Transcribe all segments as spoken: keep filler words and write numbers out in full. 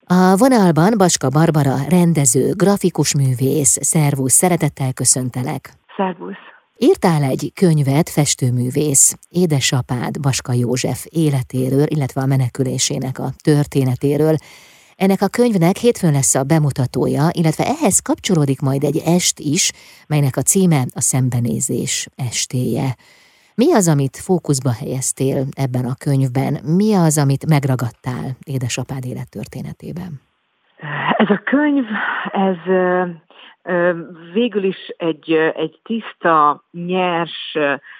A vonalban Baska Barbara, rendező, grafikus művész. Szervusz, szeretettel köszöntelek. Szervusz. Írtál egy könyvet, festőművész, édesapád Baska József életéről, illetve a menekülésének a történetéről. Ennek a könyvnek hétfőn lesz a bemutatója, illetve ehhez kapcsolódik majd egy est is, melynek a címe a Szembenézés estéje. Mi az, amit fókuszba helyeztél ebben a könyvben? Mi az, amit megragadtál édesapád élettörténetében? Ez a könyv, ez végül is egy, egy tiszta, nyers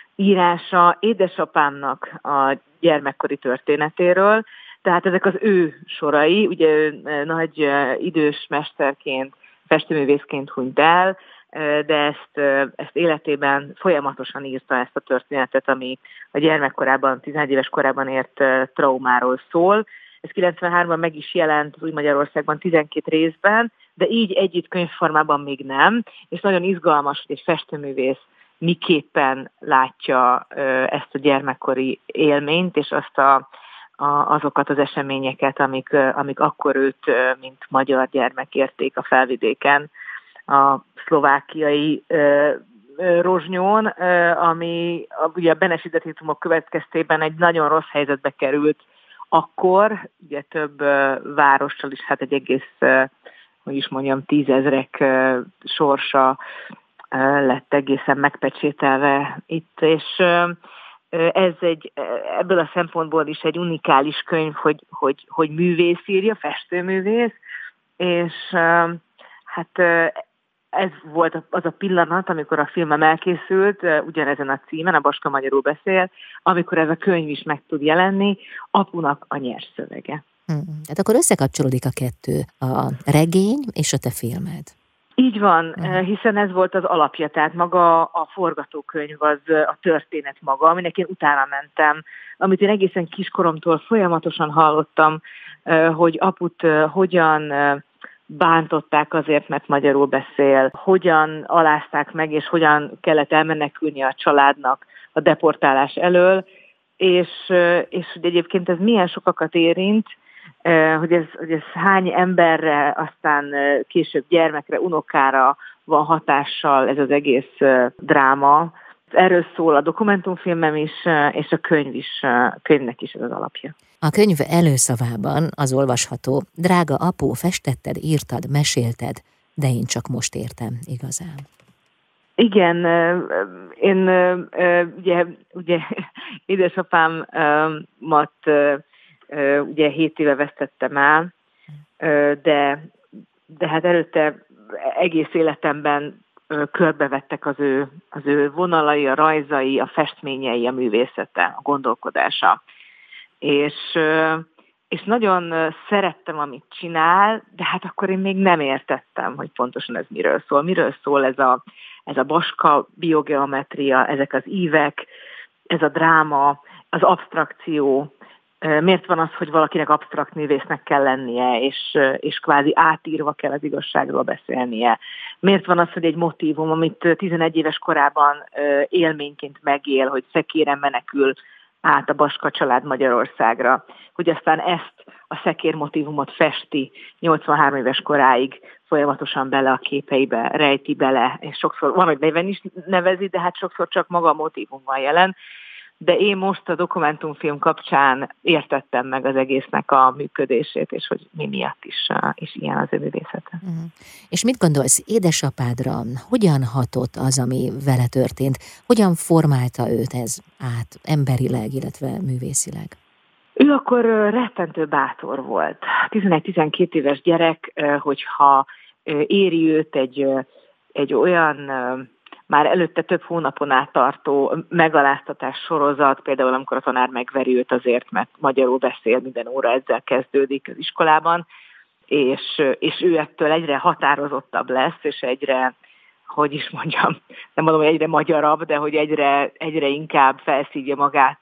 írása édesapámnak a gyermekkori történetéről, tehát ezek az ő sorai, ugye ő nagy idős mesterként, festőművészként hunyt el, de ezt, ezt életében folyamatosan írta ezt a történetet, ami a gyermekkorában, tizenegy éves korában ért traumáról szól. Ez kilencvenháromban meg is jelent az Új Magyarországban tizenkét részben, de így együtt könyvformában még nem, és nagyon izgalmas, hogy egy festőművész miképpen látja ezt a gyermekkori élményt, és azt a, a, azokat az eseményeket, amik, amik akkor őt, mint magyar gyermek érték a felvidéken, a szlovákiai ö, ö, Rozsnyón, ö, ami a, ugye a Benesi dekrétumok következtében egy nagyon rossz helyzetbe került akkor, ugye több ö, várossal is, hát egy egész, ö, hogy is mondjam, tízezrek ö, sorsa ö, lett egészen megpecsételve itt, és ö, ez egy, ebből a szempontból is egy unikális könyv, hogy, hogy, hogy művész írja, festőművész, és ö, hát ö, ez volt az a pillanat, amikor a filmem elkészült, ugyanezen a címen, a Baska magyarul beszél, amikor ez a könyv is meg tud jelenni, apunak a nyers szövege. Hmm. Tehát akkor összekapcsolódik a kettő, a regény és a te filmed. Így van, hmm. hiszen ez volt az alapja, tehát maga a forgatókönyv az a történet maga, aminek én utána mentem, amit én egészen kiskoromtól folyamatosan hallottam, hogy aput hogyan bántották azért, mert magyarul beszél, hogyan alázták meg, és hogyan kellett elmenekülni a családnak a deportálás elől, és, és hogy egyébként ez milyen sokakat érint, hogy ez, hogy ez hány emberre, aztán később gyermekre, unokára van hatással ez az egész dráma. Erről szól a dokumentumfilmem is, és a könyv is, a könyvnek is ez az alapja. A könyv előszavában az olvasható: drága apu, festetted, írtad, mesélted, de én csak most értem igazán. Igen, én ugye, ugye édesapámat ugye hét éve vesztettem el, de, de hát előtte egész életemben körbevettek az ő, az ő vonalai, a rajzai, a festményei, a művészete, a gondolkodása. És, és nagyon szerettem, amit csinál, de hát akkor én még nem értettem, hogy pontosan ez miről szól. Miről szól ez a, ez a Baska biogeometria, ezek az ívek, ez a dráma, az absztrakció. Miért van az, hogy valakinek absztrakt művésznek kell lennie, és, és kvázi átírva kell az igazságról beszélnie? Miért van az, hogy egy motívum, amit tizenegy éves korában élményként megél, hogy szekéren menekül át a Baska család Magyarországra, hogy aztán ezt a szekér motívumot festi nyolcvanhárom éves koráig folyamatosan bele a képeibe, rejti bele, és sokszor van, hogy neven is nevezi, de hát sokszor csak maga a motívum van jelen. De én most a dokumentumfilm kapcsán értettem meg az egésznek a működését, és hogy mi miatt is, is ilyen az ő művészete. Uh-huh. És mit gondolsz, édesapádra hogyan hatott az, ami vele történt? Hogyan formálta őt ez át emberileg, illetve művészileg? Ő akkor rettentő bátor volt. tizenegy-tizenkét éves gyerek, hogyha éri őt egy, egy olyan már előtte több hónapon át tartó megaláztatás sorozat, például amikor a tanár megveri őt azért, mert magyarul beszél, minden óra ezzel kezdődik az iskolában, és, és ő ettől egyre határozottabb lesz, és egyre, hogy is mondjam, nem mondom, hogy egyre magyarabb, de hogy egyre, egyre inkább felszívja magát,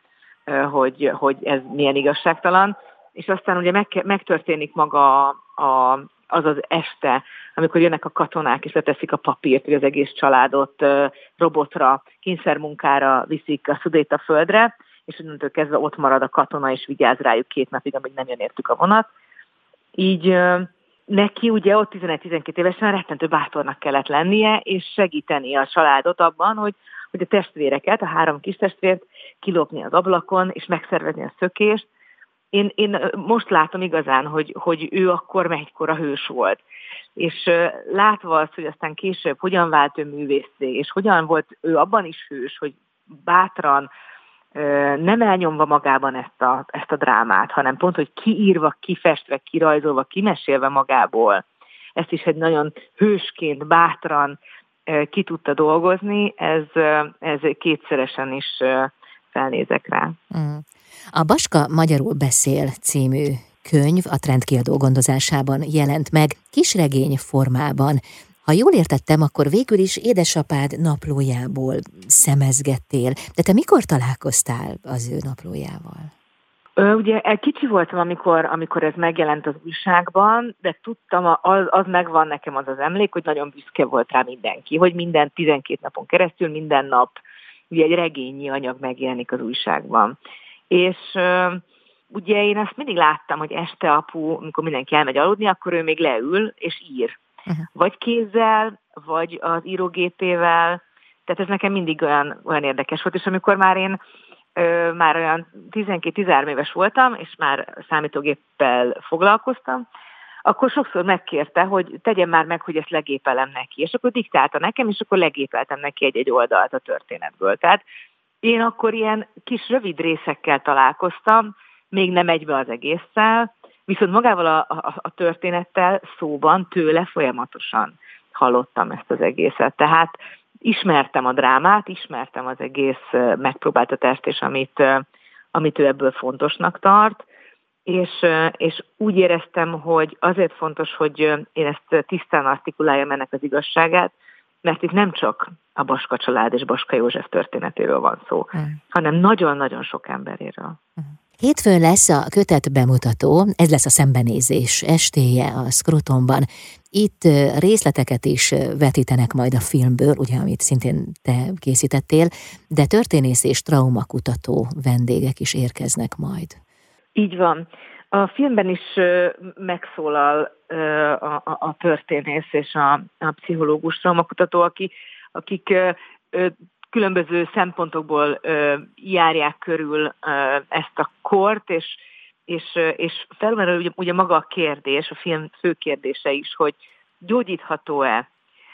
hogy, hogy ez milyen igazságtalan. És aztán ugye meg, megtörténik maga a, az az este, amikor jönnek a katonák, és leteszik a papírt, hogy az egész családot robotra, kényszermunkára viszik a Szudéta földre, és onnantól kezdve ott marad a katona, és vigyáz rájuk két napig, amíg nem jön értük a vonat. Így neki ugye ott tizenegy-tizenkét évesen rettentő bátornak kellett lennie, és segíteni a családot abban, hogy, hogy a testvéreket, a három kis testvért kilopni az ablakon, és megszervezni a szökést. Én, én most látom igazán, hogy, hogy ő akkor megykora hős volt. És látva azt, hogy aztán később hogyan vált ő művészé, és hogyan volt ő abban is hős, hogy bátran, nem elnyomva magában ezt a, ezt a drámát, hanem pont, hogy kiírva, kifestve, kirajzolva, kimesélve magából, ezt is egy nagyon hősként, bátran ki tudta dolgozni, ez, ez kétszeresen is felnézek rá. Mm. A Baska magyarul beszél című könyv a Trend kiadó gondozásában jelent meg kisregény formában. Ha jól értettem, akkor végül is édesapád naplójából szemezgettél. De te mikor találkoztál az ő naplójával? Ö, ugye kicsi voltam, amikor, amikor ez megjelent az újságban, de tudtam, az, az megvan nekem az az emlék, hogy nagyon büszke volt rá mindenki, hogy minden tizenkét napon keresztül, minden nap ugye egy regényi anyag megjelenik az újságban. És ö, ugye én azt mindig láttam, hogy este apu, amikor mindenki elmegy aludni, akkor ő még leül és ír. Uh-huh. Vagy kézzel, vagy az írógépével, tehát ez nekem mindig olyan, olyan érdekes volt, és amikor már én ö, már olyan tizenkét-tizenhárom éves voltam, és már számítógéppel foglalkoztam, akkor sokszor megkérte, hogy tegyem már meg, hogy ezt legépelem neki, és akkor diktálta nekem, és akkor legépeltem neki egy-egy oldalt a történetből. Tehát én akkor ilyen kis rövid részekkel találkoztam, még nem egybe az egésszel, viszont magával a, a, a történettel szóban tőle folyamatosan hallottam ezt az egészet. Tehát ismertem a drámát, ismertem az egész megpróbáltatást, és amit, amit ő ebből fontosnak tart, és, és úgy éreztem, hogy azért fontos, hogy én ezt tisztán artikuláljam ennek az igazságát, mert itt nem csak a Baska család és Baska József történetéről van szó, mm. hanem nagyon-nagyon sok emberéről. Mm. Hétfőn lesz a kötet bemutató, ez lesz a szembenézés estéje a Scrutonban. Itt részleteket is vetítenek majd a filmből, ugye, amit szintén te készítettél, de történész és traumakutató vendégek is érkeznek majd. Így van. A filmben is megszólal a, a, a történész és a, a pszichológus traumakutató, aki, akik különböző szempontokból ö, járják körül ö, ezt a kort, és, és, és felmerül ugye, ugye maga a kérdés, a film fő kérdése is, hogy gyógyítható-e,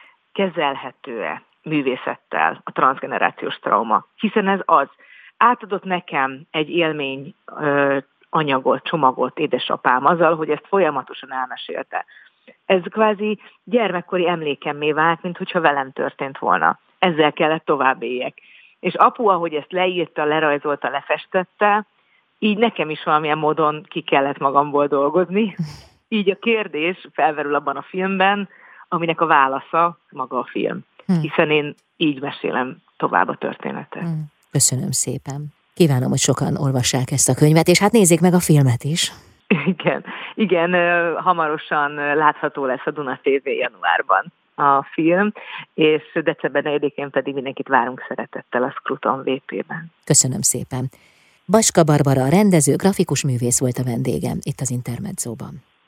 kezelhető-e művészettel a transzgenerációs trauma. Hiszen ez az. Átadott nekem egy élmény ö, anyagot, csomagot édesapám azzal, hogy ezt folyamatosan elmesélte. Ez kvázi gyermekkori emlékemmé vált, mint hogyha velem történt volna. Ezzel kellett tovább éljek. És apu, ahogy ezt leírta, lerajzolta, lefestette, így nekem is valamilyen módon ki kellett magamból dolgozni. Így a kérdés felverül abban a filmben, aminek a válasza maga a film. Hiszen én így mesélem tovább a történetet. Köszönöm szépen. Kívánom, hogy sokan olvassák ezt a könyvet, és hát nézzék meg a filmet is. Igen, igen, hamarosan látható lesz a Duna té vé januárban a film, és december negyedikén pedig mindenkit várunk szeretettel a Scruton vé pében. Köszönöm szépen. Baska Barbara, rendező, grafikus művész volt a vendégem itt az Intermedzóban.